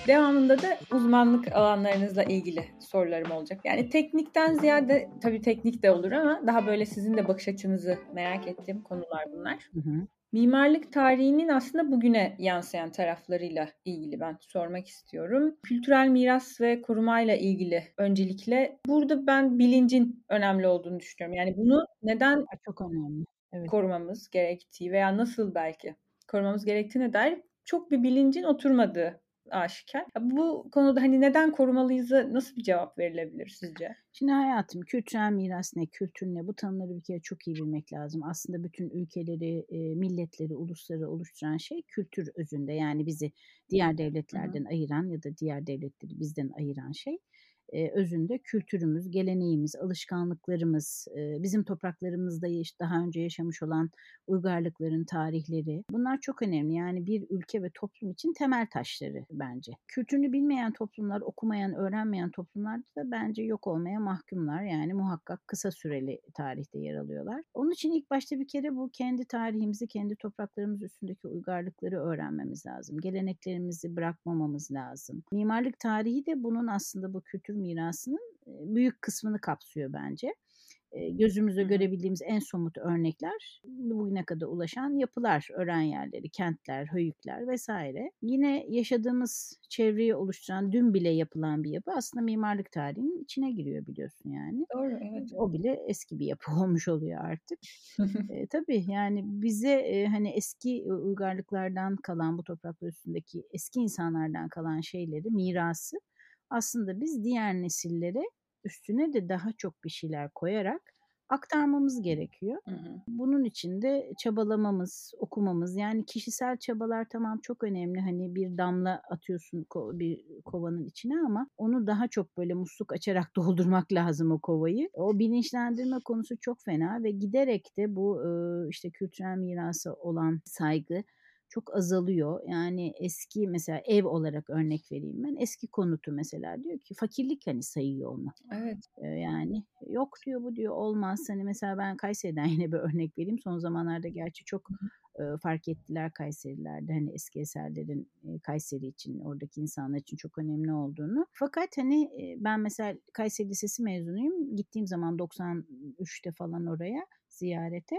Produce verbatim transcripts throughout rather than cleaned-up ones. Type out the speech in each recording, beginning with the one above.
Devamında da uzmanlık alanlarınızla ilgili sorularım olacak. Yani teknikten ziyade, tabii teknik de olur ama daha böyle sizin de bakış açınızı merak ettiğim konular bunlar. Hı hı. Mimarlık tarihinin aslında bugüne yansıyan taraflarıyla ilgili ben sormak istiyorum. Kültürel miras ve korumayla ilgili öncelikle burada ben bilincin önemli olduğunu düşünüyorum. Yani bunu neden Çok önemli. Evet. korumamız gerektiği veya nasıl belki korumamız gerektiğine dair çok bir bilincin oturmadığı aşikar. Bu konuda hani neden korumalıyız'a nasıl bir cevap verilebilir sizce? Şimdi hayatım, kültürel miras ne, kültür ne? Bu tanımları bir kere çok iyi bilmek lazım. Aslında bütün ülkeleri, e, milletleri, ulusları oluşturan şey kültür özünde. Yani bizi diğer devletlerden ayıran ya da diğer devletleri bizden ayıran şey e, özünde kültürümüz, geleneğimiz, alışkanlıklarımız, e, bizim topraklarımızda yaş- daha önce yaşamış olan uygarlıkların tarihleri. Bunlar çok önemli. Yani bir ülke ve toplum için temel taşları bence. Kültürünü bilmeyen toplumlar, okumayan, öğrenmeyen toplumlar da bence yok olmaya mahkumlar. Yani muhakkak kısa süreli tarihte yer alıyorlar. Onun için ilk başta bir kere bu kendi tarihimizi, kendi topraklarımız üstündeki uygarlıkları öğrenmemiz lazım. Geleneklerimizi bırakmamamız lazım. Mimarlık tarihi de bunun aslında bu kültür mirasının e, büyük kısmını kapsıyor bence. E, Gözümüzde Hı hı. görebildiğimiz en somut örnekler bugüne kadar ulaşan yapılar, öğren yerleri, kentler, höyükler vesaire. Yine yaşadığımız çevreyi oluşturan dün bile yapılan bir yapı aslında mimarlık tarihinin içine giriyor biliyorsun yani. Doğru, evet. O bile eski bir yapı olmuş oluyor artık. E, tabii yani bize e, hani eski uygarlıklardan kalan bu topraklar üstündeki eski insanlardan kalan şeyleri, mirası aslında biz diğer nesillere üstüne de daha çok bir şeyler koyarak aktarmamız gerekiyor. Hı hı. Bunun için de çabalamamız, okumamız yani kişisel çabalar tamam çok önemli. Hani bir damla atıyorsun ko- bir kovanın içine ama onu daha çok böyle musluk açarak doldurmak lazım o kovayı. O bilinçlendirme konusu çok fena ve giderek de bu e, işte kültürel mirası olan saygı çok azalıyor. Yani eski mesela ev olarak örnek vereyim ben. Eski konutu mesela diyor ki fakirlik hani sayıyor onu. Evet. Ee, yani yok diyor bu diyor olmaz. Hani mesela ben Kayseri'den yine bir örnek vereyim. Son zamanlarda gerçi çok e, fark ettiler Kayserililerde hani eski eserlerin e, Kayseri için oradaki insanlar için çok önemli olduğunu. Fakat hani e, ben mesela Kayseri Lisesi mezunuyum. Gittiğim zaman doksan üçte falan oraya ziyarete.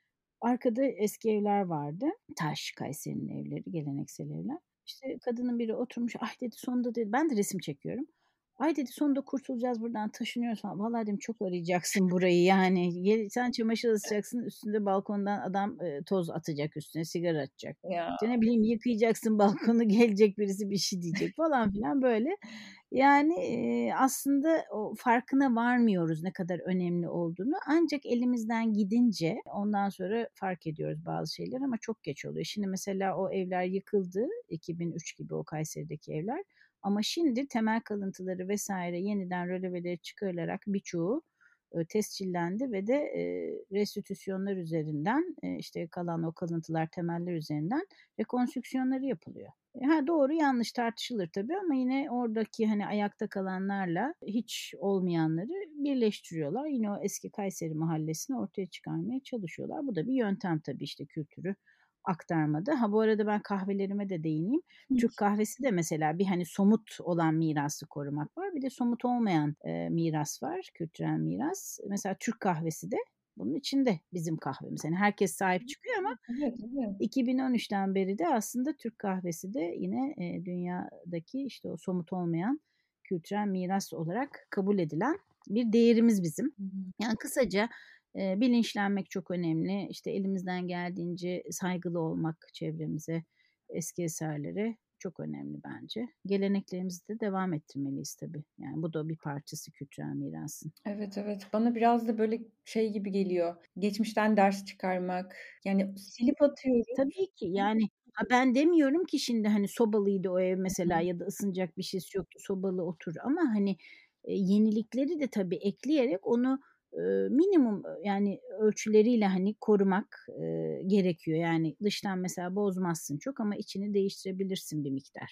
Arkada eski evler vardı. Taş, Kayseri'nin evleri, geleneksel evler. İşte kadının biri oturmuş, ay dedi sonunda dedi, ben de resim çekiyorum. Ay dedi sonunda kurtulacağız buradan taşınıyoruz falan. Vallahi dedim çok arayacaksın burayı yani. Gel- Sen çamaşır asacaksın üstünde balkondan adam e, toz atacak üstüne sigara atacak. Ya. İşte ne bileyim yıkayacaksın balkonu gelecek birisi bir şey diyecek falan filan böyle. Yani e, aslında o farkına varmıyoruz ne kadar önemli olduğunu. Ancak elimizden gidince ondan sonra fark ediyoruz bazı şeyler ama çok geç oluyor. Şimdi mesela o evler yıkıldı iki bin üç gibi o Kayseri'deki evler. Ama şimdi temel kalıntıları vesaire yeniden röleveleri çıkarılarak birçoğu e, tescillendi ve de e, restitüsyonlar üzerinden e, işte kalan o kalıntılar temeller üzerinden rekonstrüksiyonları yapılıyor. E, Ha doğru yanlış tartışılır tabii ama yine oradaki hani ayakta kalanlarla hiç olmayanları birleştiriyorlar. Yine o eski Kayseri mahallesini ortaya çıkarmaya çalışıyorlar. Bu da bir yöntem tabii işte kültürü aktarmada. Ha bu arada ben kahvelerime de değineyim. Türk kahvesi de mesela bir hani somut olan mirası korumak var. Bir de somut olmayan e, miras var, kültürel miras. Mesela Türk kahvesi de bunun içinde bizim kahvemiz. Yani herkes sahip çıkıyor ama Evet, evet. iki bin on üçten beri de aslında Türk kahvesi de yine e, dünyadaki işte o somut olmayan kültürel miras olarak kabul edilen bir değerimiz bizim. Hı hı. Yani kısaca e, bilinçlenmek çok önemli. İşte elimizden geldiğince saygılı olmak çevremize, eski eserlere çok önemli bence. Geleneklerimizi de devam ettirmeliyiz tabii. Yani bu da bir parçası kültürel mirasın. Evet, evet. Bana biraz da böyle şey gibi geliyor. Geçmişten ders çıkarmak. Yani silip atıyoruz. Tabii ki yani ha ben demiyorum ki şimdi hani sobalıydı o ev Hı mesela hı. ya da ısınacak bir şeysi yoktu sobalı otur ama hani e, yenilikleri de tabii ekleyerek onu e, minimum e, yani ölçüleriyle hani korumak e, gerekiyor. Yani dıştan mesela bozmazsın çok ama içini değiştirebilirsin bir miktar.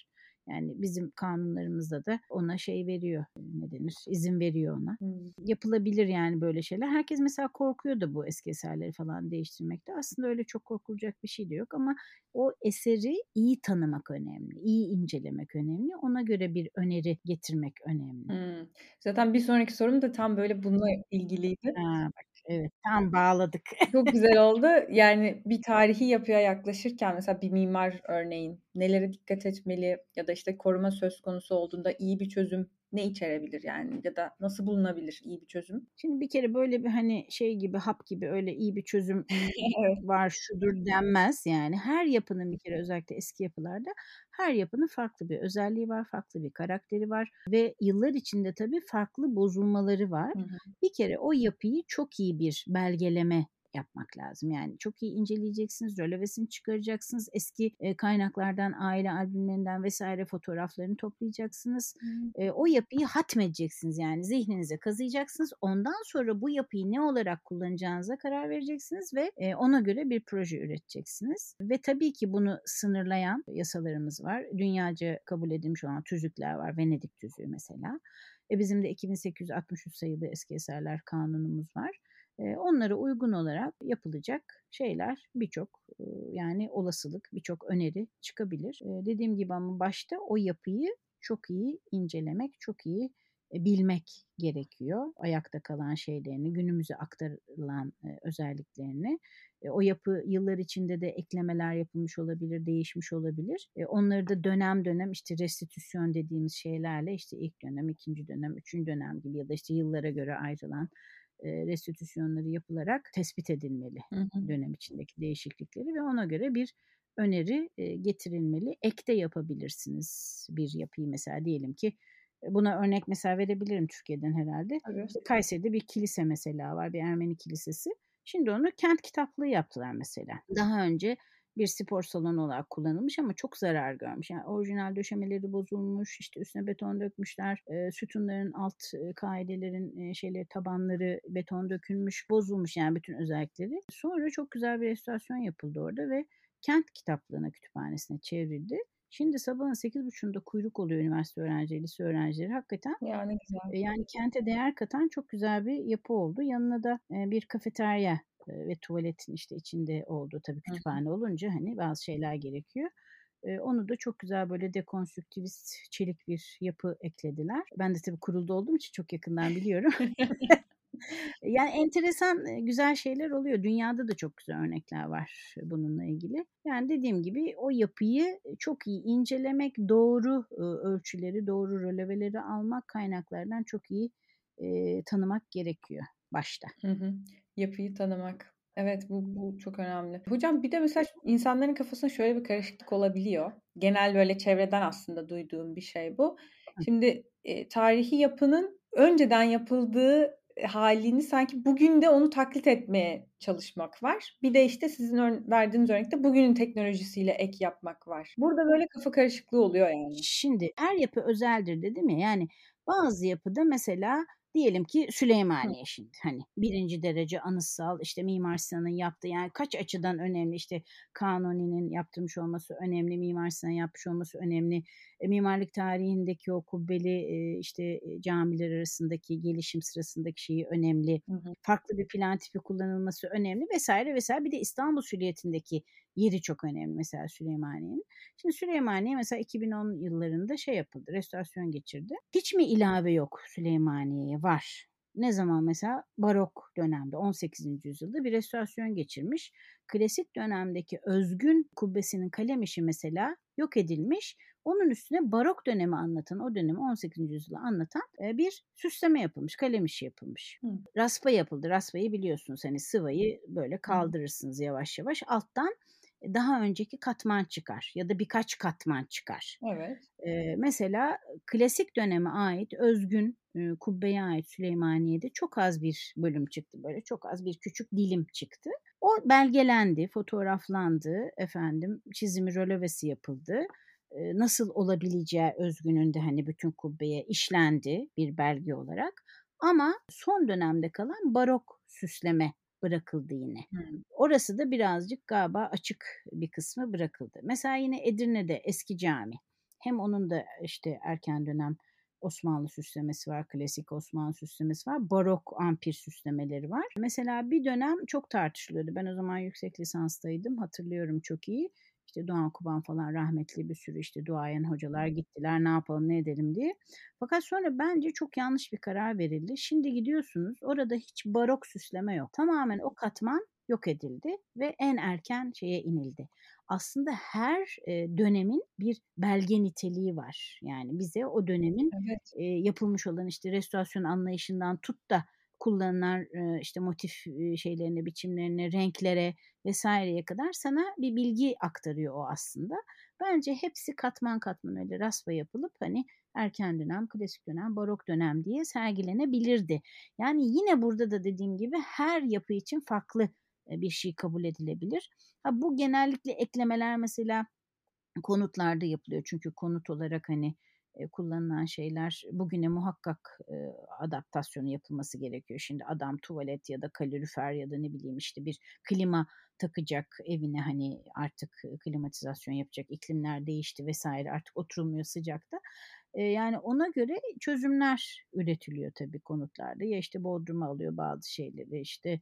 Yani bizim kanunlarımızda da ona şey veriyor, ne denir, izin veriyor ona. Hımm. Yapılabilir yani böyle şeyler. Herkes mesela korkuyor da bu eski eserleri falan değiştirmekte. Aslında öyle çok korkulacak bir şey de yok ama o eseri iyi tanımak önemli, iyi incelemek önemli. Ona göre bir öneri getirmek önemli. Hımm. Zaten bir sonraki sorum da tam böyle bununla ilgiliydi. Ha, bak, evet, tam bağladık. Çok güzel oldu. Yani bir tarihi yapıya yaklaşırken mesela bir mimar örneğin nelere dikkat etmeli ya da, işte, koruma söz konusu olduğunda iyi bir çözüm ne içerebilir yani ya da nasıl bulunabilir iyi bir çözüm? Şimdi bir kere böyle bir, hani, şey gibi, hap gibi öyle iyi bir çözüm Evet. var, şudur denmez yani. Her yapının bir kere özellikle eski yapılarda her yapının farklı bir özelliği var, farklı bir karakteri var ve yıllar içinde tabii farklı bozulmaları var. Hı hı. Bir kere o yapıyı çok iyi bir belgeleme yapmak lazım. Yani çok iyi inceleyeceksiniz, rölevesini çıkaracaksınız, eski, eee, kaynaklardan, aile albümlerinden vesaire fotoğraflarını toplayacaksınız. Hımm. Eee, o yapıyı hatmedeceksiniz yani zihninize kazıyacaksınız. Ondan sonra bu yapıyı ne olarak kullanacağınıza karar vereceksiniz ve, eee, ona göre bir proje üreteceksiniz ve tabii ki bunu sınırlayan yasalarımız var. Dünyaca kabul edilmiş olan tüzükler var. Venedik Tüzüğü mesela. E, bizim de iki bin sekiz yüz altmış üç sayılı eski eserler kanunumuz var. Eee, onlara uygun olarak yapılacak şeyler birçok, ııı, yani olasılık, birçok öneri çıkabilir. Eee, dediğim gibi ama başta o yapıyı çok iyi incelemek, çok iyi, eee, bilmek gerekiyor. Ayakta kalan şeylerini, günümüze aktarılan, eee, özelliklerini. Eee, o yapı yıllar içinde de eklemeler yapılmış olabilir, değişmiş olabilir. Eee, onları da dönem dönem, işte, restitüsyon dediğimiz şeylerle, işte, ilk dönem, ikinci dönem, üçüncü dönem gibi ya da, işte, yıllara göre ayrılan, eee, restitüsyonları yapılarak tespit edilmeli Hı hı. dönem içindeki değişiklikleri ve ona göre bir öneri, eee, getirilmeli. Ek de yapabilirsiniz bir yapıyı mesela diyelim ki, eee, buna örnek mesela verebilirim Türkiye'den herhâlde. Tabii. İşte, Kayseri'de bir kilise mesela var, bir Ermeni kilisesi. Şimdi onu kent kitaplığı yaptılar mesela. Daha önce bir spor salonu olarak kullanılmış ama çok zarar görmüş. Yani orijinal döşemeleri bozulmuş, işte, üstüne beton dökmüşler, eee, sütunların alt, eee, kaidelerin, eee, şeyleri, tabanları beton dökülmüş, bozulmuş yani bütün özellikleri. Sonra çok güzel bir restorasyon yapıldı orada ve kent kitaplığına, kütüphanesine çevrildi. Şimdi sabahın sekiz buçuğunda kuyruk oluyor üniversite öğrencileri, lise öğrencileri. Hakikaten, Ya, ne güzel. eee, yani kente değer katan çok güzel bir yapı oldu. Yanına da, eee, bir kafeterya, eee, ve tuvaletin, işte, içinde olduğu tabii Hı hı. kütüphane olunca, hani, bazı şeyler gerekiyor. Eee, onu da çok güzel böyle dekonstrüktivist, çelik bir yapı eklediler. Ben de tabii kurulda olduğum için çok yakından biliyorum. Yani enteresan, eee, güzel şeyler oluyor. Dünyada da çok güzel örnekler var bununla ilgili. Yani dediğim gibi o yapıyı çok iyi incelemek, doğru, ııı, ölçüleri, doğru röleveleri almak, kaynaklardan çok iyi, eee, tanımak gerekiyor başta. Hı hı. Yapıyı tanımak. Evet, bu bu çok önemli. Hocam bir de mesela insanların kafasında şöyle bir karışıklık olabiliyor. Genel böyle çevreden aslında duyduğum bir şey bu. Hıh. Şimdi, eee, tarihi yapının önceden yapıldığı, eee, hâlini sanki bugün de onu taklit etmeye çalışmak var. Bir de, işte, sizin ör verdiğiniz örnekte bugünün teknolojisiyle ek yapmak var. Burada böyle kafa karışıklığı oluyor yani. Şimdi her yapı özeldir dedim ya, yani bazı yapıda mesela diyelim ki Hı. Süleymaniye şimdi, hani, birinci derece anıtsal, işte, Mimar Sinan'ın yaptığı, yani kaç açıdan önemli, işte, Kanuni'nin yaptırmış olması önemli, Mimar Sinan'ın yapmış olması önemli. E, mimarlık tarihindeki o kubbeli, eee, işte, eee, camiler arasındaki gelişim sırasındaki şeyi önemli. Hı hı. Farklı bir plan tipi kullanılması önemli vesaire vesaire. Bir de İstanbul Süliyeti'ndeki yeri çok önemli mesela Süleymaniye'nin. Şimdi Süleymaniye mesela iki bin on yıllarında şey yapıldı, restorasyon geçirdi. Hiç mi ilave yok Süleymaniye'ye? Var. Ne zaman mesela? Barok dönemde on sekizinci yüzyılda bir restorasyon geçirmiş. Klasik dönemdeki özgün kubbesinin kalemişi mesela yok edilmiş. Onun üstüne barok dönemi anlatan, o dönemi on sekizinci yüzyılı anlatan eee, bir süsleme yapılmış, kalemişi yapılmış. Hı. Raspa yapıldı. Raspayı biliyorsunuz, hani sıvayı böyle Hı hı. kaldırırsınız yavaş yavaş. Alttan daha önceki katman çıkar ya da birkaç katman çıkar. Evet. Eee, mesela klasik döneme ait özgün, eee, kubbeye ait Süleymaniye'de çok az bir bölüm çıktı. Böyle çok az bir küçük dilim çıktı. O belgelendi, fotoğraflandı, efendim çizimi, rölevesi yapıldı. Eee, nasıl olabileceği özgünün de hani bütün kubbeye işlendi bir belge olarak. Ama son dönemde kalan barok süsleme bırakıldı yine. Hıı. Orası da birazcık galiba açık bir kısmı bırakıldı. Mesela yine Edirne'de eski cami. Hem onun da işte erken dönem Osmanlı süslemesi var, klasik Osmanlı süslemesi var, barok ampir süslemeleri var. Mesela bir dönem çok tartışılıyordu. Ben o zaman yüksek lisanstaydım, hatırlıyorum çok iyi. İşte Doğan Kuban falan rahmetli bir sürü işte duayen hocalar gittiler, ne yapalım ne edelim diye. Fakat sonra bence çok yanlış bir karar verildi. Şimdi gidiyorsunuz, orada hiç barok süsleme yok. Tamamen o katman yok edildi ve en erken şeye inildi. Aslında her e, dönemin bir belge niteliği var. Yani bize o dönemin Evet. e, yapılmış olan işte restorasyon anlayışından tut da kullanılan e, işte motif e, şeylerine, biçimlerine, renklere vesaireye kadar sana bir bilgi aktarıyor o aslında. Bence hepsi katman katman öyle raspa yapılıp hani erken dönem, klasik dönem, barok dönem diye sergilenebilirdi. Yani yine burada da dediğim gibi her yapı için farklı bir şey kabul edilebilir. Ha, bu genellikle eklemeler mesela konutlarda yapılıyor. Çünkü konut olarak hani e, kullanılan şeyler bugüne muhakkak e, adaptasyonu yapılması gerekiyor. Şimdi adam tuvalet ya da kalorifer ya da ne bileyim işte bir klima takacak evine, hani artık klimatizasyon yapacak, iklimler değişti vesaire, artık oturulmuyor sıcakta. E, yani ona göre çözümler üretiliyor tabii konutlarda. Ya işte bodruma alıyor bazı şeyleri, işte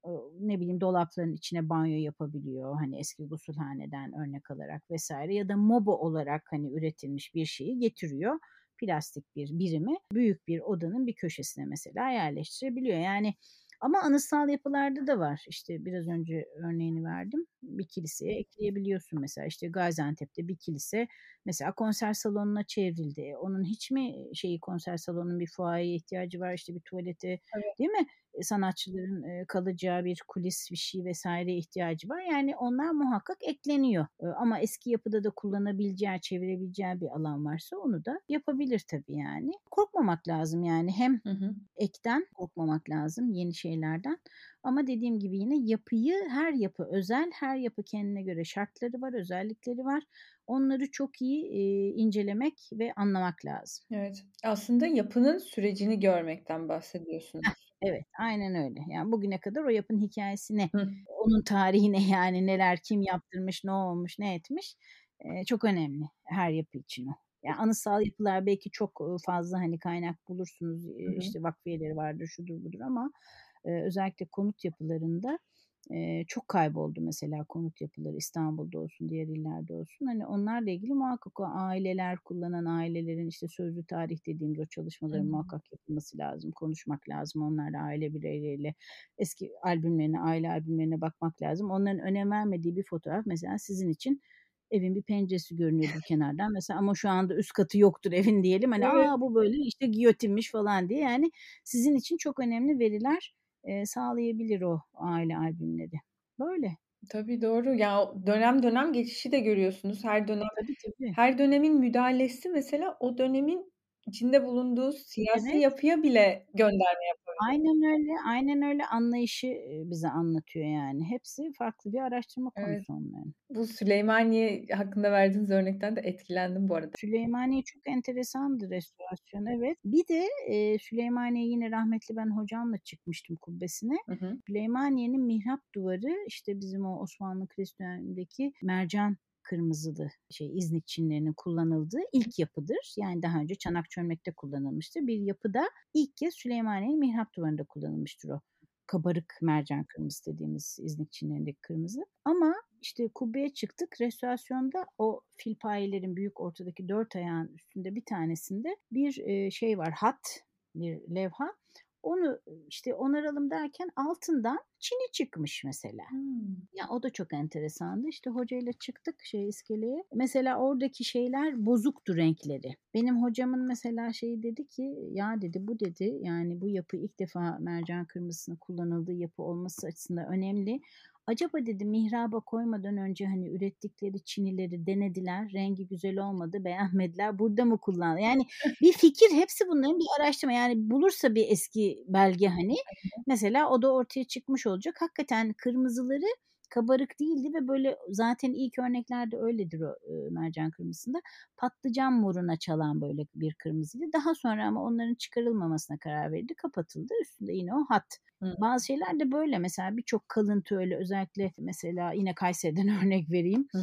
ne bileyim dolapların içine banyo yapabiliyor. Hani eski gusülhaneden örnek alarak vesaire, ya da mobo olarak hani üretilmiş bir şeyi getiriyor. Plastik bir birimi büyük bir odanın bir köşesine mesela yerleştirebiliyor. Yani ama anıtsal yapılarda da var. İşte biraz önce örneğini verdim. Bir kiliseye ekleyebiliyorsun mesela. İşte Gaziantep'te bir kilise mesela konser salonuna çevrildi. Onun hiç mi şeyi, konser salonunun bir fuayeye ihtiyacı var, işte bir tuvalete, Evet. değil mi? Sanatçıların kalacağı bir kulis, bir şey vesaireye ihtiyacı var. Yani onlar muhakkak ekleniyor. Ama eski yapıda da kullanabileceği, çevirebileceği bir alan varsa onu da yapabilir tabii yani. Korkmamak lazım yani, hem Hı hı. ekten korkmamak lazım, yeni şeylerden. Ama dediğim gibi yine yapıyı, her yapı özel, her yapı kendine göre şartları var, özellikleri var. Onları çok iyi e, incelemek ve anlamak lazım. Evet. Aslında yapının sürecini görmekten Heh, bahsediyorsunuz. evet, aynen öyle. Yani bugüne kadar o yapının hikâyesini, Hı. onun tarihine yani neler, kim yaptırmış, ne olmuş, ne etmiş, eee, çok önemli her yapı için o. Yani anıtsal yapılar belki çok fazla hani kaynak bulursunuz, Hı eee, hı. işte vakfiyeleri vardır, şudur budur ama eee, özellikle konut yapılarında eee, çok kayboldu mesela konut yapıları, İstanbul'da olsun, diğer illerde olsun. Hani onlarla ilgili muhakkak o aileler, kullanan ailelerin işte sözlü tarih dediğimiz o Hı çalışmaların hı. muhakkak yapılması lazım. Konuşmak lazım onlarla, aile bireyleriyle. Eski albümlerine, aile albümlerine bakmak lazım. Onların önem vermediği bir fotoğraf mesela sizin için evin bir penceresi görünüyordur kenardan mesela, ama şu anda üst katı yoktur evin diyelim. Hani Evet. aa bu böyle işte giyotinmiş falan diye. Yani sizin için çok önemli veriler eee, sağlayabilir o aile albümleri. Böyle. Tabii, doğru. Ya, dönem dönem geçişi de görüyorsunuz. Her dönem Tabii, tabii. her dönemin müdahalesi mesela o dönemin içinde bulunduğu siyasi Evet. yapıya bile gönderme yapabiliyor. Aynen öyle, aynen öyle anlayışı, eee, bize anlatıyor yani. Hepsi farklı bir araştırma Evet. konusu onların. Bu Süleymaniye hakkında verdiğiniz örnekten de etkilendim bu arada. Süleymaniye çok enteresandı restorasyon, evet. Bir de eee, Süleymaniye yine rahmetli ben hocamla çıkmıştım kubbesine. Hı hı. Süleymaniye'nin mihrap duvarı işte bizim o Osmanlı Kilis dönemindeki mercan kırmızılı şey İznik çinlerinin kullanıldığı ilk yapıdır. Yani daha önce çanak çömlekte kullanılmıştır. Bir yapıda ilk kez Süleymaniye'nin mihrap duvarında kullanılmıştır o kabarık mercan kırmızı dediğimiz İznik çinlerindeki kırmızı. Ama işte kubbeye çıktık. Restorasyonda o filpayelerin büyük ortadaki dört ayağın üstünde bir tanesinde bir e, şey var, hat, bir levha. Onu işte onaralım derken altından çini çıkmış mesela. Hımm. Ya o da çok enteresandı. İşte hocayla çıktık şey iskeleye. Mesela oradaki şeyler bozuktu renkleri. Benim hocamın mesela şeyi dedi ki ya dedi bu dedi yani bu yapı ilk defa mercan kırmızısının kullanıldığı yapı olması açısından önemli. Acaba dedi mihraba koymadan önce hani ürettikleri çinileri denediler. Rengi güzel olmadı, beğenmediler. Burada mı kullan? Yani bir fikir, hepsi bunların bir araştırma. Yani bulursa bir eski belge hani mesela o da ortaya çıkmış olacak. Hakikaten kırmızıları kabarık değildi ve böyle zaten ilk örneklerde öyledir o e, mercan kırmızısında. Patlıcan moruna çalan böyle bir kırmızıydı. Daha sonra ama onların çıkarılmamasına karar verildi. Kapatıldı. Üstünde yine o hat. Hıı. Bazı şeyler de böyle mesela birçok kalıntı öyle, özellikle mesela yine Kayseri'den örnek vereyim. Hı hı.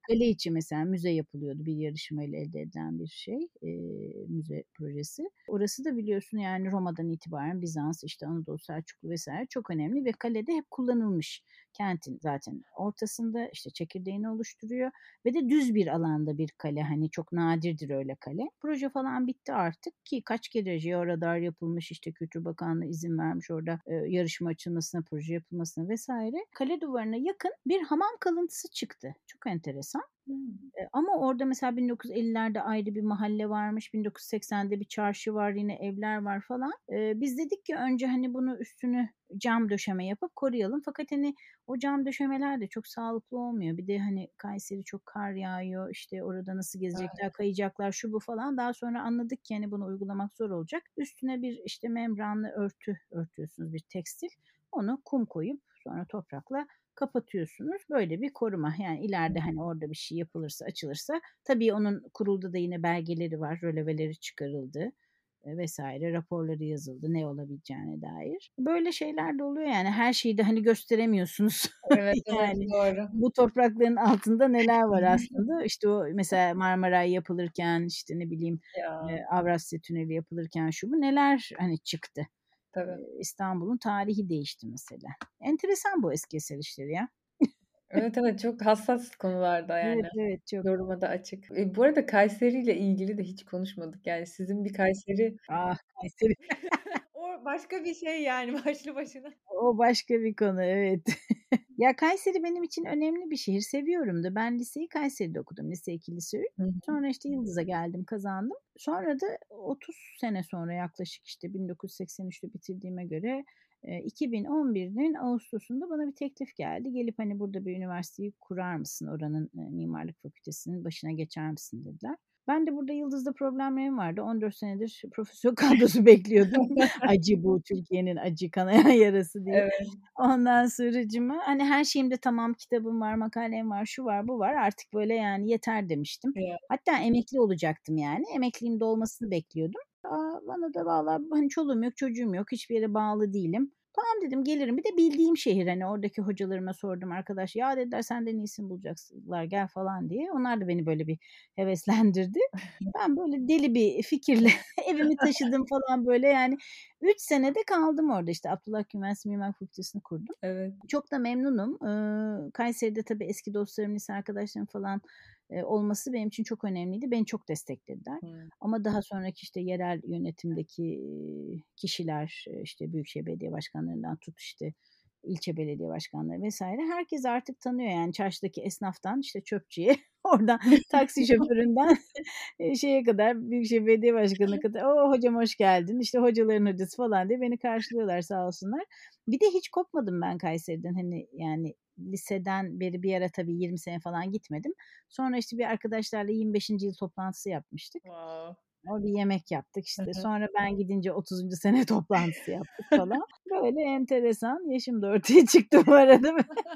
Kale içi mesela müze yapılıyordu, bir yarışmayla elde edilen bir şey, eee, müze projesi. Orası da biliyorsun yani Roma'dan itibaren Bizans, işte Anadolu Selçuklu vesaire çok önemli ve kale de hep kullanılmış. Kentin zaten ortasında, işte çekirdeğini oluşturuyor ve de düz bir alanda bir kale, hani çok nadirdir öyle kale. Proje falan bitti artık ki kaç kere jeoradar yapılmış, işte Kültür Bakanlığı izin vermiş orada e, yarışma açılmasına, proje yapılmasına vesaire. Kale duvarına yakın bir hamam kalıntısı çıktı. Çok enteresan. Hımm. E, ama orada mesela bin dokuz yüz ellilerde ayrı bir mahalle varmış. bin dokuz yüz seksende bir çarşı var, yine evler var falan. E, biz dedik ki önce hani bunu üstünü cam döşeme yapıp koruyalım. Fakat hani o cam döşemeler de çok sağlıklı olmuyor. Bir de hani Kayseri çok kar yağıyor. İşte orada nasıl gezecekler, kayacaklar, şu bu falan. Daha sonra anladık ki hani bunu uygulamak zor olacak. Üstüne bir işte membranlı örtü örtüyorsunuz, bir tekstil. Onu kum koyup sonra toprakla kapatıyorsunuz. Böyle bir koruma. Yani ileride hani orada bir şey yapılırsa, açılırsa tabii onun kurulda da yine belgeleri var. Röleveleri çıkarıldı e, vesaire, raporları yazıldı ne olabileceğine dair. Böyle şeyler de oluyor yani her şeyi de hani gösteremiyorsunuz. Evet, evet, Yani doğru. bu toprakların altında neler var aslında. İşte o mesela Marmaray yapılırken, işte ne bileyim e, Ya, Avrasya Tüneli yapılırken şu bu neler hani çıktı. E, tabii. İstanbul'un tarihi değişti mesela. Enteresan bu eski eser işleri ya. Evet, evet, çok hassas konularda Evet, yani. evet, çok. Yoruma da açık. Eee, bu arada Kayseri'yle ilgili de hiç konuşmadık. Yani sizin bir Kayseri Ah, Kayseri. o başka bir şey yani başlı başına. O başka bir konu, evet. Ya, Kayseri benim için önemli bir şehir. Seviyorum da. Ben liseyi Kayseri'de okudum. Lise iki, lise üç. Hı hı. Sonra, işte, Yıldız'a geldim, kazandım. Sonra da otuz sene sonra yaklaşık, işte, bin dokuz yüz seksen üçte bitirdiğime göre, eee, iki bin on birinin ağustosunda bana bir teklif geldi. Gelip, hani, "Burada bir üniversiteyi kurar mısın? Oranın, eee, mimarlık fakültesinin başına geçer misin?" dediler. Ben de burada Yıldız'da problemlerim vardı. on dört senedir profesör kadrosu bekliyordum. Acı bu, Türkiye'nin acı, kanayan yarası diye. Evet. Ondan sonracığıma, hani, her şeyim de tamam, kitabım var, makalem var, şu var, bu var. Artık böyle, yani, yeter demiştim. Ya. Hatta emekli olacaktım yani. Emekliliğim dolmasını bekliyordum. Aaa, bana da valla, hani, çoluğum yok, çocuğum yok, hiçbir yere bağlı değilim. Tamam dedim, gelirim. Bir de bildiğim şehir, hani, oradaki hocalarıma sordum, arkadaş. Ya dediler, senden iyisini bulacaklar, gel falan diye. Onlar da beni böyle bir heveslendirdi. Ben böyle deli bir fikirle evimi taşıdım falan böyle, yani, üç sene de kaldım orada. İşte Abdullah Gül Üniversitesi Mimarlık Fakültesi'ni kurdum. Evet. Çok da memnunum. Iıı, Kayseri'de tabii eski dostlarım, lise arkadaşlarım falan, eee, olması benim için çok önemliydi. Beni çok desteklediler. Hımm. Ama daha sonraki, işte, yerel yönetimdeki, eee, kişiler, eee, işte, büyükşehir belediye başkanlarından tut, işte, ilçe belediye başkanları vesaire herkes artık tanıyor yani çarşıdaki esnaftan, işte, çöpçüye, oradan taksi şoföründen eee, şeye kadar, büyükşehir belediye başkanına kadar, "O, hocam hoş geldin." işte, hocaların hocası falan diye beni karşılıyorlar sağ olsunlar. Bir de hiç kopmadım ben Kayseri'den. Hani, yani, liseden beri bir ara tabii yirmi sene falan gitmedim. Sonra, işte, bir arkadaşlarla yirmi beşinci yıl toplantısı yapmıştık. Wow. O bir yemek yaptık, Hı işte. hı. Sonra ben gidince otuzuncu sene toplantısı yaptık falan. Böyle enteresan. Yaşım da ortaya çıktı bu arada.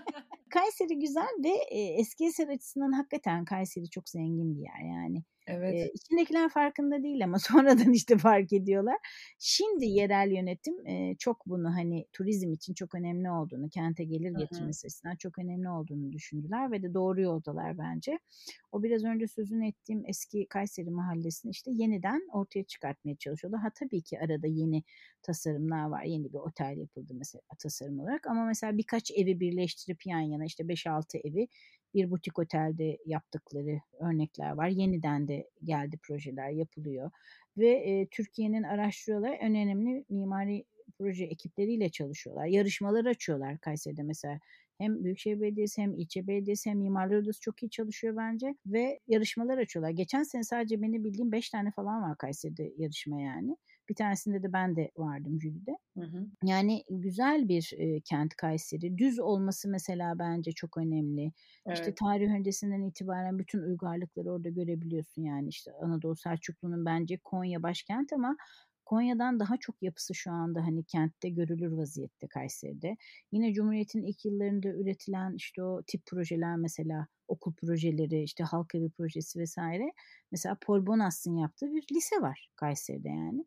Kayseri güzel ve, eee, Eskihisar açısından hakikaten Kayseri çok zengin bir yer yani. Evet. Eee, içindekiler farkında değil ama sonradan, işte, fark ediyorlar. Şimdi yerel yönetim, eee, çok bunu, hani, turizm için çok önemli olduğunu, kente gelir Hı hı. getirmesi açısından çok önemli olduğunu düşündüler ve de doğru yoldalar bence. O biraz önce sözünü ettiğim eski Kayseri Mahallesi'ni, işte, yeniden ortaya çıkartmaya çalışıyorlar. Ha, tabii ki arada yeni tasarımlar var. Yeni bir otel yapıldı mesela tasarım olarak ama mesela birkaç evi birleştirip yan yana, işte, beş altı evi bir butik otelde yaptıkları örnekler var. Yeniden de geldi, projeler yapılıyor ve, eee, Türkiye'nin araştırıyorlar, en önemli mimari proje ekipleriyle çalışıyorlar. Yarışmalar açıyorlar Kayseri'de mesela. Hem Büyükşehir Belediyesi hem ilçe belediyesi hem Mimarlar Odası çok iyi çalışıyor bence ve yarışmalar açıyorlar. Geçen sene sadece benim bildiğim beş tane falan var Kayseri'de yarışma yani. Bir tanesinde de ben de vardım jüride. Hı hı. Yani güzel bir, eee, kent Kayseri. Düz olması mesela bence çok önemli. İşte, Evet. tarih öncesinden itibaren bütün uygarlıkları orada görebiliyorsun. Yani, işte, Anadolu Selçuklu'nun bence Konya başkent ama Konya'dan daha çok yapısı şu anda, hani, kentte görülür vaziyette Kayseri'de. Yine Cumhuriyet'in ilk yıllarında üretilen, işte, o tip projeler mesela okul projeleri, işte, halk evi projesi vesaire. Mesela Paul Bonass'ın yaptığı bir lise var Kayseri'de yani.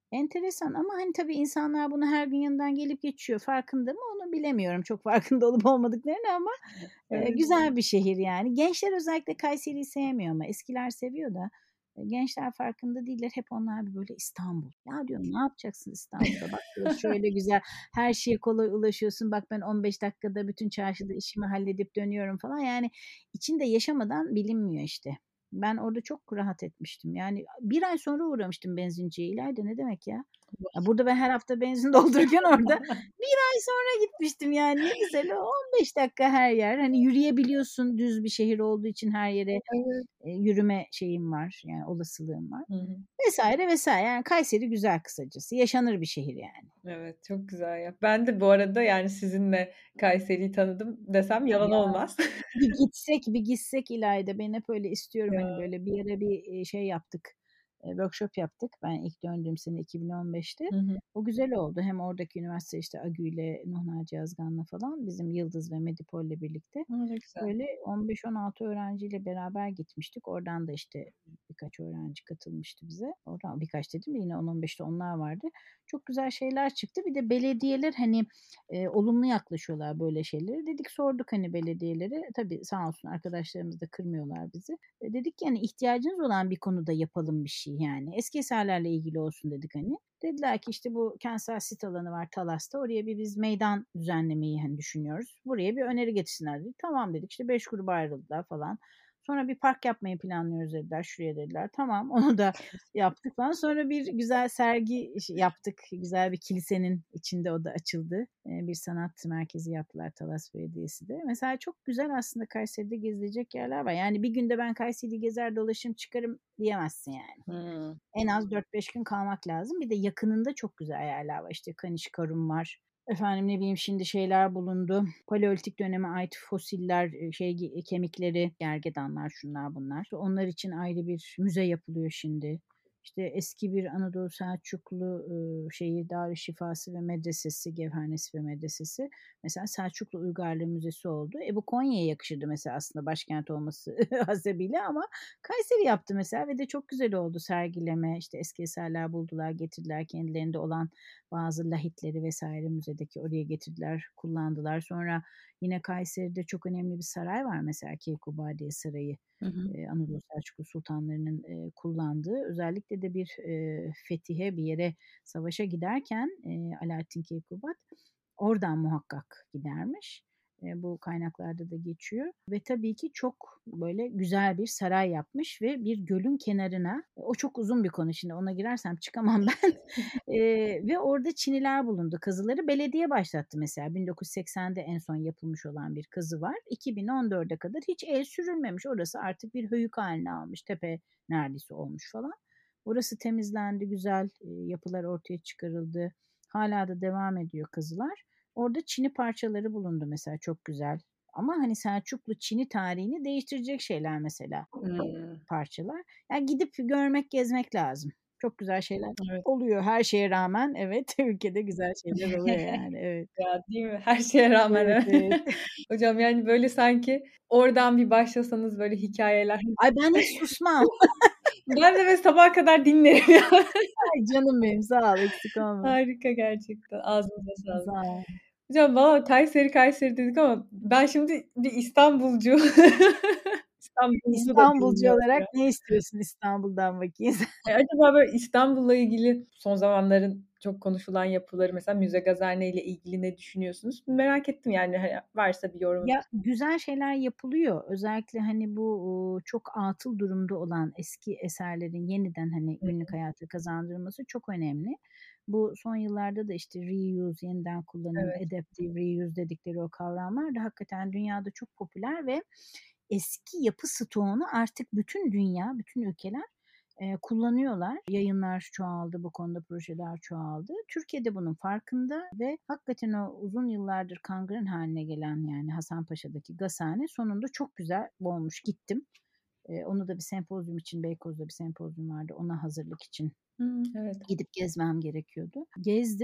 Enteresan ama, hani, tabii insanlar bunu her gün yanından gelip geçiyor. Farkında mı onu bilemiyorum. Çok farkında olup olmadıklarını ama, eee, Evet. güzel bir şehir yani. Gençler özellikle Kayseri'yi sevmiyor ama eskiler seviyor da, eee, gençler farkında değiller. Hep onlar bir böyle İstanbul. Ya diyorum ne yapacaksın İstanbul'da? Bak burası şöyle güzel, her şeye kolay ulaşıyorsun. Bak ben on beş dakikada bütün çarşıda işimi halledip dönüyorum falan. Yani içinde yaşamadan bilinmiyor işte. Ben orada çok rahat etmiştim. Yani bir ay sonra uğramıştım benzinciye. İlayda ne demek ya? Ya, burada ben her hafta benzin doldururken orada bir ay sonra gitmiştim yani. Ne güzel o on beş dakika her yer. Hani yürüyebiliyorsun düz bir şehir olduğu için her yere, Evet. eee, yürüme şeyim var, yani olasılığım var. Hı hı. Vesaire vesaire. Yani Kayseri güzel kısacası. Yaşanır bir şehir yani. Evet, çok güzel ya. Ben de bu arada, yani, sizinle Kayseri'yi tanıdım desem yalan Ya, olmaz. bir gitsek, bir gitsek İlayda. Ben hep öyle istiyorum, Ya. hani, böyle bir ara bir, eee, şey yaptık, eee, workshop yaptık. Ben ilk döndüğüm sene iki bin on beşte. Hı hı. O güzel oldu. Hem oradaki üniversite, işte, AGÜ'yle, Nuh Naci Yazgan'la falan bizim Yıldız ve Medipol'le birlikte A, ne güzel. böyle on beş on altı öğrenciyle beraber gitmiştik. Oradan da, işte, birkaç öğrenci katılmıştı bize. Oradan birkaç dedim de yine on on beş de onlar vardı. Çok güzel şeyler çıktı. Bir de belediyeler, hani, eee, olumlu yaklaşıyorlar böyle şeylere. Dedik sorduk, hani, belediyelere. Tabii sağ olsun arkadaşlarımız da kırmıyorlar bizi. Eee, dedik ki, hani, ihtiyacınız olan bir konuda yapalım bir şey yani. Eski eserlerle ilgili olsun dedik, hani. Dediler ki, işte, bu kentsel sit alanı var Talas'ta. Oraya bir biz meydan düzenlemeyi, hani, düşünüyoruz. Buraya bir öneri getirsinler dedik. Tamam dedik. İşte beş gruba ayrıldılar falan. Sonra bir park yapmayı planlıyoruz dediler. Şuraya dediler. Tamam onu da yaptık falan. Sonra bir güzel sergi iş yaptık. Güzel bir kilisenin içinde o da açıldı. Eee, bir sanat merkezi yaptılar Talas Belediyesi de. Mesela çok güzel aslında Kayseri'de gezilecek yerler var. Yani bir günde ben Kayseri'yi gezer dolaşırım çıkarım diyemezsin yani. Hıı. En az dört beş gün kalmak lazım. Bir de yakınında çok güzel yerler var. İşte Kaniş Karun var. Efendim, ne bileyim, şimdi şeyler bulundu. Paleolitik döneme ait fosiller, eee, şey gi kemikleri, gergedanlar, şunlar bunlar. İşte onlar için ayrı bir müze yapılıyor şimdi. İşte eski bir Anadolu Selçuklu, ııı, şeyi, Darüşşifası ve medresesi, Gevhanesi ve medresesi. Mesela Selçuklu Uygarlığı Müzesi oldu. E, bu Konya'ya yakışırdı mesela aslında başkent olması hasebiyle ama Kayseri yaptı mesela ve de çok güzel oldu sergileme. İşte eski eserler buldular, getirdiler. Kendilerinde olan bazı lahitleri vesaire müzedeki oraya getirdiler, kullandılar. Sonra yine Kayseri'de çok önemli bir saray var mesela Keykubat Sarayı. Hı hı. Eee, Anadolu Selçuklu sultanlarının, eee, kullandığı. Özellikle de bir, eee, fetihe, bir yere savaşa giderken, eee, Alaaddin Keykubat oradan muhakkak gidermiş. Eee, bu kaynaklarda da geçiyor ve tabii ki çok böyle güzel bir saray yapmış ve bir gölün kenarına, o çok uzun bir konu şimdi ona girersem çıkamam ben. Eee, ve orada çiniler bulundu. Kazıları belediye başlattı mesela. bin dokuz yüz seksende en son yapılmış olan bir kazı var. iki bin on dörde kadar hiç el sürülmemiş. Orası artık bir höyük hâline almış. Tepe neredeyse olmuş falan. Orası temizlendi, güzel, eee, yapılar ortaya çıkarıldı. Hâlâ da devam ediyor kazılar. Orada çini parçaları bulundu mesela çok güzel. Ama hani Selçuklu Çini tarihini değiştirecek şeyler mesela Hıı. parçalar. Yani gidip görmek, gezmek lazım. Çok güzel şeyler Evet. oluyor her şeye rağmen. Evet, ülkede güzel şeyler oluyor yani. Evet. Ya, değil mi? Her şeye rağmen Evet, evet. evet. Hocam, yani, böyle sanki oradan bir başlasanız böyle hikâyeler. Ay, ben hiç susmam. Ben de böyle sabaha kadar dinlerim ya. Ay, canım benim, sağ ol, eksik olma. Harika gerçekten. Ağzınıza sağlık. Sağ ol. Hocam valla Kayseri, Kayseri dedik ama ben şimdi bir İstanbulcu İstanbulcu da İstanbulcu bilmiyorum ya. olarak ne istiyorsun İstanbul'dan bakayım sen? E, acaba böyle İstanbul'la ilgili son zamanların çok konuşulan yapıları mesela Müze Gazerne ile ilgili ne düşünüyorsunuz? Merak ettim yani, hani, varsa bir yorumunuz. Ya, güzel şeyler yapılıyor. Özellikle, hani, bu, uuu, çok atıl durumda olan eski eserlerin yeniden, hani, Hı günlük hı. hayata kazandırılması çok önemli. Bu son yıllarda da, işte, reuse, yeniden kullanım, Evet. adaptive reuse dedikleri o kavramlar da hakikaten dünyada çok popüler ve eski yapı stoğunu artık bütün dünya, bütün ülkeler, eee, kullanıyorlar. Yayınlar çoğaldı, bu konuda projeler çoğaldı. Türkiye de bunun farkında ve hakikaten o uzun yıllardır kangren hâline gelen, yani, Hasanpaşa'daki gazhane sonunda çok güzel olmuş. Gittim. Eee, onu da bir sempozyum için Beykoz'da bir sempozyum vardı. Ona hazırlık için Hımm, evet. gidip gezmem gerekiyordu. Gezdim.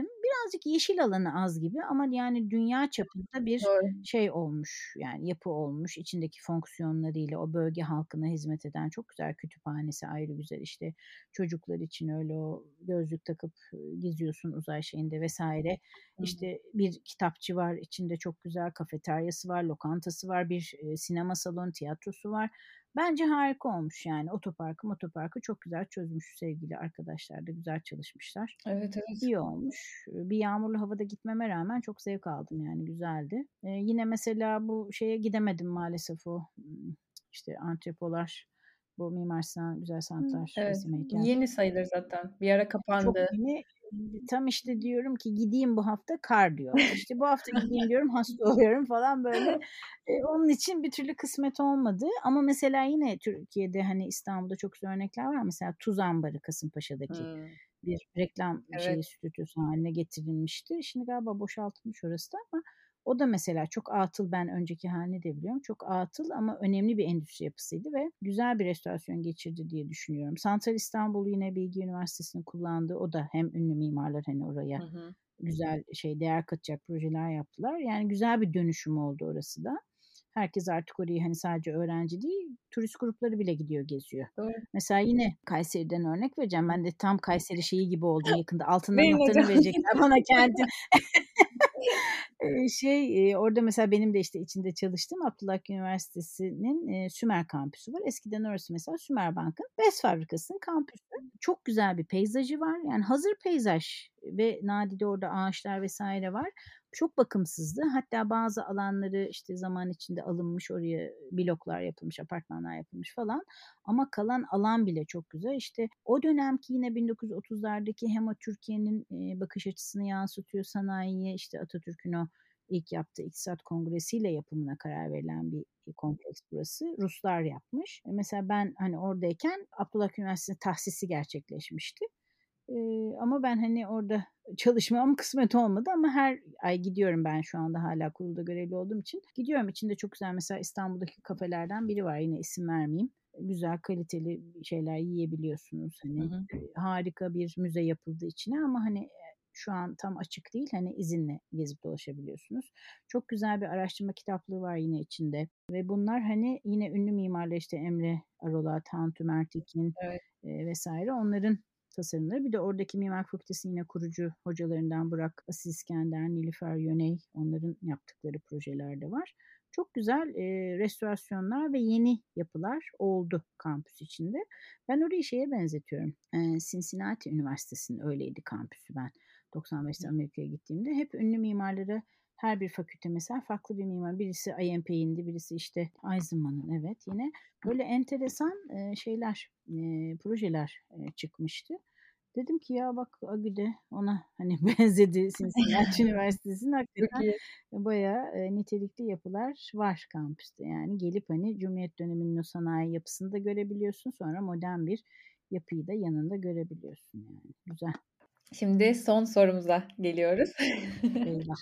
birazcık yeşil alanı az gibi ama yani dünya çapında bir Doğru. şey olmuş, yani yapı olmuş. İçindeki fonksiyonlarıyla o bölge halkına hizmet eden çok güzel, kütüphanesi ayrı güzel, işte çocuklar için öyle o gözlük takıp geziyorsun uzay şeyinde vesaire. Hı hı. İşte bir kitapçı var, içinde çok güzel kafeteryası var, lokantası var, bir e, sinema salonu, tiyatrosu var. Bence harika olmuş yani. Otoparkı motoparkı çok güzel çözmüş sevgili arkadaşlar da güzel çalışmışlar. Evet, evet. İyi olmuş. Bir yağmurlu havada gitmeme rağmen çok zevk aldım yani güzeldi. Ee, yine mesela bu şeye gidemedim maalesef o hmm, işte antrepolar, bu Mimar Sinan Güzel Hımm, Sanatlar evet. Resim Heykel Yeni sayılır zaten. Bir ara çok kapandı. yeni. Tam işte diyorum ki gideyim bu hafta, kar diyorlar. İşte bu hafta gideyim diyorum, hasta oluyorum falan böyle. Eee, onun için bir türlü kısmet olmadı ama mesela yine Türkiye'de, hani, İstanbul'da çok güzel örnekler var. Mesela Tuz Ambarı Kasımpaşa'daki Hımm. bir reklam Evet. şeyi, stüdyosu hâline getirilmişti. Şimdi galiba boşaltılmış orası da ama o da mesela çok atıl, ben önceki hâlini de biliyorum. Çok atıl ama önemli bir endüstri yapısıydı ve güzel bir restorasyon geçirdi diye düşünüyorum. Santral İstanbul yine Bilgi Üniversitesi'nin kullandığı, o da hem ünlü mimarlar, hani, oraya Hı hı. güzel şey, değer katacak projeler yaptılar. Yani güzel bir dönüşüm oldu orası da. Herkes artık orayı, hani, sadece öğrenci değil, turist grupları bile gidiyor, geziyor. Doğru. Mesela yine Kayseri'den örnek vereceğim. Ben de tam Kayseri şeyi gibi oldum yakında. Altının Verin anahtarını hocam. verecekler bana kentin. Eee, şey, eee, orada mesela benim de işte içinde çalıştığım Abdullah Üniversitesi'nin, eee, Sümer kampüsü var. Eskiden orası mesela Sümerbank'ın bez fabrikasının kampüsü. Çok güzel bir peyzajı var. Yani hazır peyzaj ve nadide orada ağaçlar vesaire var. Çok bakımsızdı. Hatta bazı alanları işte zaman içinde alınmış, oraya bloklar yapılmış, apartmanlar yapılmış falan. Ama kalan alan bile çok güzel. İşte o dönemki yine bin dokuz yüz otuzlardaki hem o Türkiye'nin eee, bakış açısını yansıtıyor sanayiye, işte Atatürk'ün o ilk yaptığı İktisat Kongresi'yle yapımına karar verilen bir kompleks burası. Ruslar yapmış. E, Mesela ben hani oradayken Abdullah Üniversitesi'nin tahsisi gerçekleşmişti. Eee, ama ben hani orada çalışmam kısmet olmadı ama her ay gidiyorum, ben şu anda hala kurulda görevli olduğum için. Gidiyorum, içinde çok güzel mesela İstanbul'daki kafelerden biri var, yine isim vermeyeyim. Güzel kaliteli şeyler yiyebiliyorsunuz. Hı Hani hı. e, harika bir müze yapıldı içine ama hani e, şu an tam açık değil. Hani izinle gezip dolaşabiliyorsunuz. Çok güzel bir araştırma kitaplığı var yine içinde. Ve bunlar hani yine ünlü mimarlar, işte Emre Arolat, Tantu Mertekin Evet. e, vesaire, onların tasarımları. Bir de oradaki Mimar Fakültesi yine kurucu hocalarından Burak Aziz İskender, Nilüfer Yöney, onların yaptıkları projeler de var. Çok güzel e, restorasyonlar ve yeni yapılar oldu kampüs içinde. Ben orayı şeye benzetiyorum. E, Cincinnati Üniversitesi'nin öyleydi kampüsü ben. doksan beşte Amerika'ya gittiğimde hep ünlü mimarları, her bir fakülte mesela farklı bir mimar. Birisi I M P'indi, birisi işte Eisenman'ın, evet yine. Böyle enteresan e, şeyler, e, projeler e, çıkmıştı. Dedim ki ya bak Agü'de ona hani benzedi Cincinnati Üniversitesi'nin, Çok hakikaten iyi. bayağı e, nitelikli yapılar var kampüste. Yani gelip hani Cumhuriyet döneminin o sanayi yapısını da görebiliyorsun. Sonra modern bir yapıyı da yanında görebiliyorsun yani. Güzel. Şimdi son sorumuza geliyoruz. Eyvah.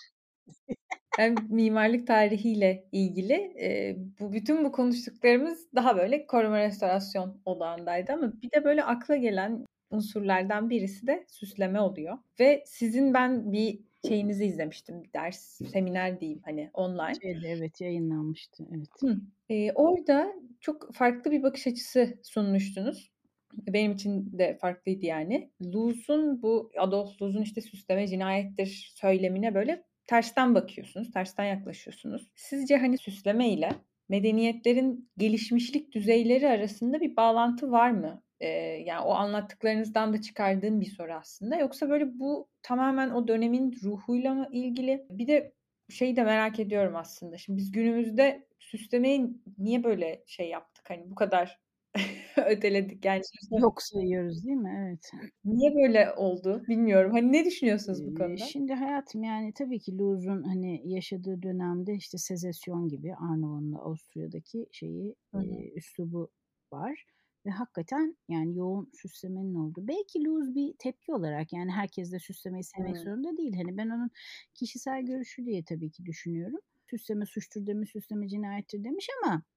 Hem mimarlık tarihiyle ilgili e, bu bütün bu konuştuklarımız daha böyle koruma restorasyon odağındaydı ama bir de böyle akla gelen unsurlardan birisi de süsleme oluyor. Ve sizin ben bir şeyinizi izlemiştim, bir ders, seminer diyeyim hani online. Şeyde evet yayınlanmıştı. Evet. Hı. E, orada çok farklı bir bakış açısı sunmuştunuz. Benim için de farklıydı yani. Loos'un bu Adolf Loos'un işte süsleme cinayettir söylemine böyle tersten bakıyorsunuz, tersten yaklaşıyorsunuz. Sizce hani süsleme ile medeniyetlerin gelişmişlik düzeyleri arasında bir bağlantı var mı? Ee, yani o anlattıklarınızdan da çıkardığım bir soru aslında. Yoksa böyle bu tamamen o dönemin ruhuyla mı ilgili? Bir de şeyi de merak ediyorum aslında. Şimdi biz günümüzde süslemeyi niye böyle şey yaptık? Hani bu kadar öteledik yani. Yok sayıyoruz değil mi? Evet. Niye böyle oldu bilmiyorum. Hani ne düşünüyorsunuz bu Eee, konuda? şimdi hayatım yani tabii ki Louvre'un hani yaşadığı dönemde işte Sezesyon gibi Arnavut'un Avusturya'daki şeyi, Hı hı. eee, üslubu var ve hakikaten yani yoğun süslemenin olduğu. Belki Louvre bir tepki olarak, yani herkes de süslemeyi sevmek Hıı. zorunda değil. Hani ben onun kişisel görüşü diye tabii ki düşünüyorum. Süsleme suçtur demiş, süsleme cinayettir demiş ama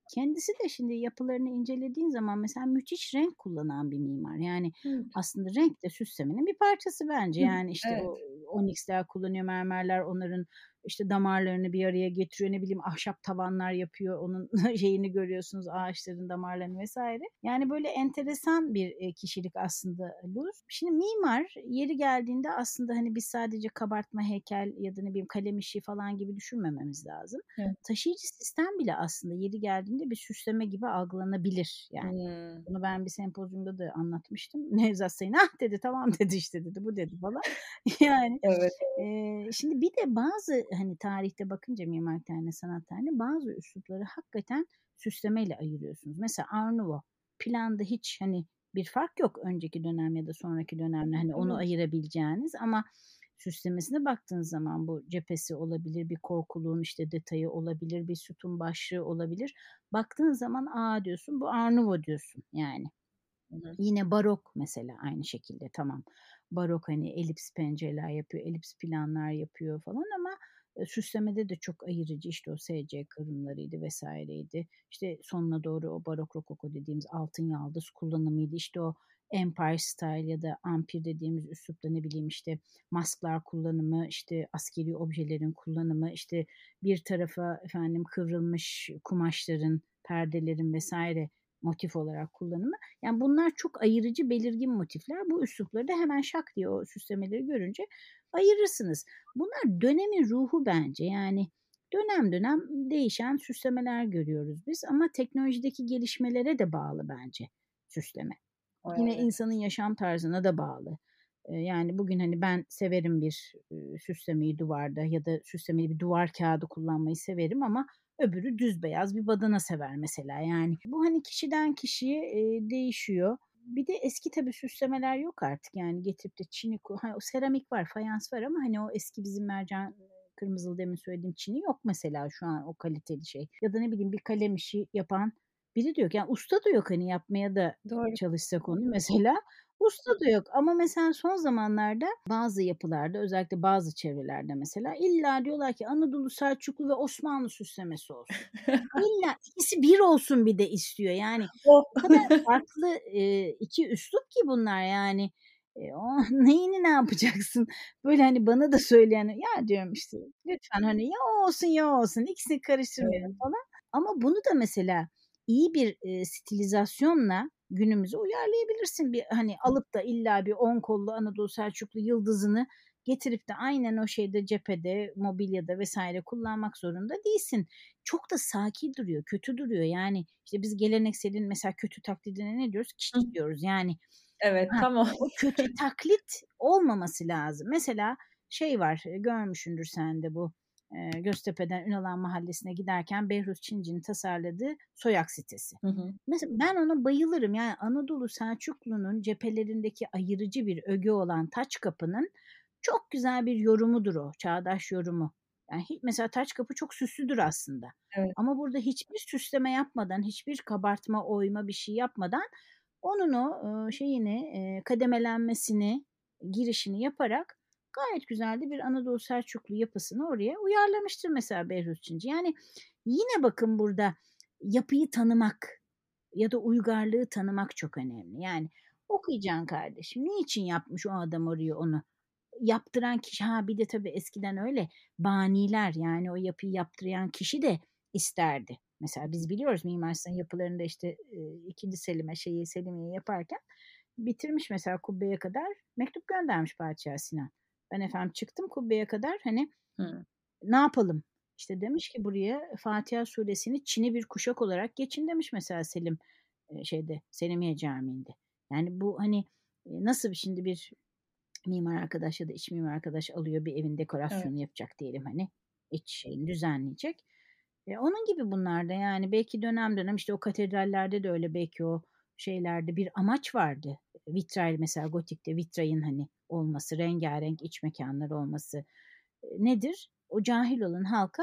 Kendisi de şimdi yapılarını incelediğin zaman mesela müthiş renk kullanan bir mimar. Yani Hımm. aslında renk de süslemenin bir parçası bence. Hıh. Yani, işte, o Evet. onyx'ler kullanıyor, mermerler onların, işte, damarlarını bir araya getiriyor. Ne bileyim, ahşap tavanlar yapıyor. Onun şeyini görüyorsunuz, ağaçların damarlarını vesaire. Yani, böyle enteresan bir, eee, kişilik aslında Louvre. Şimdi mimar yeri geldiğinde aslında, hani, biz sadece kabartma, heykel ya da ne bileyim kalem işi falan gibi düşünmememiz lazım. Evet. Taşıyıcı sistem bile aslında yeri geldiğinde bir süsleme gibi algılanabilir yani. Hımm. Bunu ben bir sempozyumda da anlatmıştım. Nevzat Sayın, "Ah!" dedi, "Tamam." dedi, işte, dedi, "Bu." dedi falan. Yani, Evet. eee, şimdi bir de bazı, hani, tarihte bakınca mimarlık tarihine, sanat tarihine bazı üslupları hakikaten süslemeyle ayırıyorsunuz. Mesela Art Nouveau, planda hiç, hani, bir fark yok önceki dönem ya da sonraki dönemle, hani, onu Evet. ayırabileceğiniz ama süslemesine baktığınız zaman bu cephesi olabilir, bir korkuluğun, işte, detayı olabilir, bir sütun başlığı olabilir. Baktığın zaman, "A!" diyorsun, "Bu Art Nouveau." diyorsun yani. Hı hı. Yine barok mesela aynı şekilde tamam. Barok, hani, elips pencereler yapıyor, elips planlar yapıyor falan ama, eee, süslemede de çok ayırıcı, işte, o S C kırımlarıydı vesaireydi. İşte, sonuna doğru o barok rokoko dediğimiz altın yaldız kullanımıydı. İşte, o Empire Style ya da Ampir dediğimiz üslupta, ne bileyim, işte, masklar kullanımı, işte, askeri objelerin kullanımı, işte, bir tarafa efendim kıvrılmış kumaşların, perdelerin vesaire motif olarak kullanımı. Yani bunlar çok ayırıcı, belirgin motifler. Bu üslupları da hemen şak diye o süslemeleri görünce ayırırsınız. Bunlar dönemin ruhu bence. Yani dönem dönem değişen süslemeler görüyoruz biz ama teknolojideki gelişmelere de bağlı bence süsleme. Yine Evet. insanın yaşam tarzına da bağlı. Eee, yani bugün, hani, ben severim bir, ııı, süslemeyi duvarda ya da süslemeli bir duvar kağıdı kullanmayı severim ama öbürü düz beyaz bir badana sever mesela. Yani bu, hani, kişiden kişiye, eee, değişiyor. Bir de eski tabii süslemeler yok artık. Yani getirip de çini ko ha, o seramik var, fayans var ama, hani, o eski bizim mercan, kırmızılı demin söylediğim çini yok mesela şu an o kaliteli şey. Ya da ne bileyim bir kalem işi yapan biri de yok. Yani usta da yok, hani, yapmaya da Doğru. çalışsak onu mesela. Usta da yok ama mesela son zamanlarda bazı yapılarda, özellikle bazı çevrelerde mesela illa diyorlar ki Anadolu Selçuklu ve Osmanlı süslemesi olsun. İlla ikisi bir olsun bir de istiyor. Yani O o kadar farklı, eee, iki üslup ki bunlar yani. Eee, o neyini ne yapacaksın? Böyle, hani, bana da söyleyen, ya diyorum işte lütfen, hani, ya o olsun ya o olsun ikisini karıştırmayalım Evet. falan. Ama bunu da mesela iyi bir, eee, stilizasyonla günümüze uyarlayabilirsin. Bir, hani, alıp da illa bir on kollu Anadolu Selçuklu yıldızını getirip de aynen o şeyde cephede, mobilyada vesaire kullanmak zorunda değilsin. Çok da saki duruyor, kötü duruyor. Yani, işte, biz gelenekselin mesela kötü taklidine ne diyoruz? Hıh. Kitsch diyoruz. Yani, Evet, ha, tam o. o kötü taklit olmaması lazım. Mesela şey var, eee, görmüşsündür sen de bu, eee, Göztepe'den Ünalan Mahallesi'ne giderken Behruz Çinci'nin tasarladığı Soyak sitesi. Hı hı. Mesela ben ona bayılırım. Yani Anadolu Selçuklu'nun cephelerindeki ayırıcı bir öge olan taç kapının çok güzel bir yorumudur o, çağdaş yorumu. Yani hi mesela taç kapı çok süslüdür aslında Evet. ama burada hiçbir süsleme yapmadan, hiçbir kabartma, oyma bir şey yapmadan onun o, ııı, şeyini, eee, kademelenmesini, girişini yaparak gayet güzel de bir Anadolu Selçuklu yapısını oraya uyarlamıştır mesela Behruz Çinci. Yani yine bakın burada yapıyı tanımak ya da uygarlığı tanımak çok önemli. Yani okuyacaksın kardeşim, niçin yapmış o adam oraya onu? Yaptıran kişi ha bir de tabii eskiden öyle baniler yani o yapıyı yaptıran kişi de isterdi. Mesela biz biliyoruz Mimar Sinan yapılarında işte, eee, ikinci. Selim'e şeyi Selimiye'yi yaparken bitirmiş mesela kubbeye kadar mektup göndermiş Padişah Sinan. Ben efendim çıktım kubbeye kadar hani Hıı. ne yapalım? İşte demiş ki buraya Fatiha Suresini çini bir kuşak olarak geçin demiş mesela Selim, eee, şeyde Selimiye Camii'nde. Yani bu hani, eee, nasıl şimdi bir mimar arkadaş ya da iç mimar arkadaş alıyor bir evin Evet. dekorasyonunu yapacak diyelim hani, iç şeyini düzenleyecek. Eee, onun gibi bunlar da yani belki dönem dönem işte o katedrallerde de öyle belki o şeylerde bir amaç vardı. Vitray mesela gotikte vitrayın hani olması, rengârenk iç mekânları olması. Eee, nedir? O cahil olan halka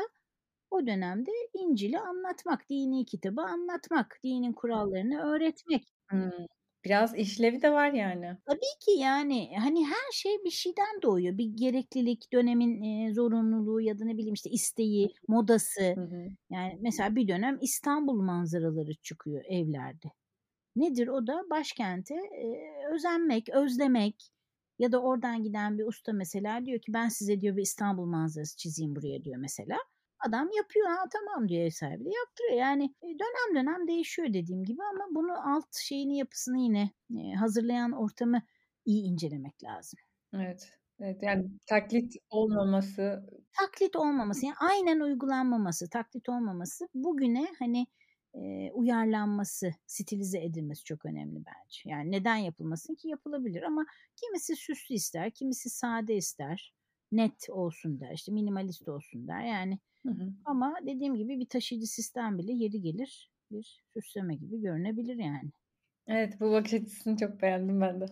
o dönemde İncil'i anlatmak, dini kitabı anlatmak, dinin kurallarını öğretmek. Hıı. Biraz işlevi de var yani. Tabii ki, yani, hani, her şey bir şeyden doğuyor. Bir gereklilik, dönemin, eee, zorunluluğu ya da ne bileyim, işte, isteği, modası. Hı hı. Yani, mesela bir dönem İstanbul manzaraları çıkıyor evlerde. Nedir o da? Başkente, eee, özenmek, özlemek ya da oradan giden bir usta mesela diyor ki, "Ben size" diyor, "bir İstanbul manzarası çizeyim buraya." diyor mesela. Adam yapıyor, "A, tamam." diyor ev sahibi de yaptırıyor. Yani, eee, dönem dönem değişiyor dediğim gibi ama bunu alt şeyini, yapısını yine, eee, hazırlayan ortamı iyi incelemek lazım. Evet. Evet, yani taklit olmaması. Taklit olmaması, yani aynen uygulanmaması, taklit olmaması, bugüne, hani, eee, uyarlanması, stilize edilmesi çok önemli bence. Yani neden yapılmasın ki? Yapılabilir ama kimisi süslü ister, kimisi sade ister, net olsun der, işte minimalist olsun der. Yani Hı hı. ama dediğim gibi bir taşıyıcı sistem bile yeri gelir bir süsleme gibi görünebilir yani. Evet, bu bakış açısını çok beğendim ben de.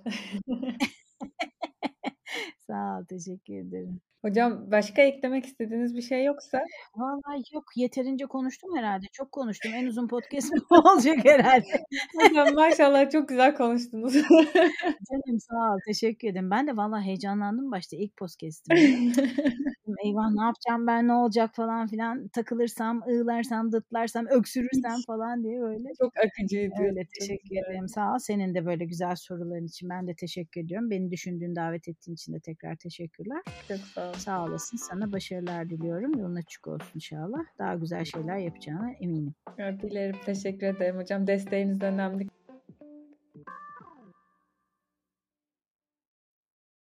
Sağ ol, teşekkür ederim. Hocam başka eklemek istediğiniz bir şey yoksa? Vallahi yok, yeterince konuştum herhâlde. Çok konuştum. En uzun podcast bu olacak herhâlde. Hocam maşallah çok güzel konuştunuz. Canım sağ ol, teşekkür ederim. Ben de vallahi heyecanlandım başta ilk podcast'imdi. Dedim eyvah ne yapacağım ben, ne olacak falan filan, takılırsam, ığlarsam, dıtlarsam, öksürürsem falan diye böyle. Çok akıcıydı. Öyle, Çok teşekkür ederim. güzeldi. Sağ ol. Senin de böyle güzel soruların için ben de teşekkür ediyorum. Beni düşündüğün, davet ettiğin için de tekrar teşekkürler. Çok sağ olun. Sağ olasın. Sana başarılar diliyorum. Yolun açık olsun inşallah. Daha güzel şeyler yapacağına eminim. Evet, dilerim. Teşekkür ederim hocam. Desteğiniz önemli.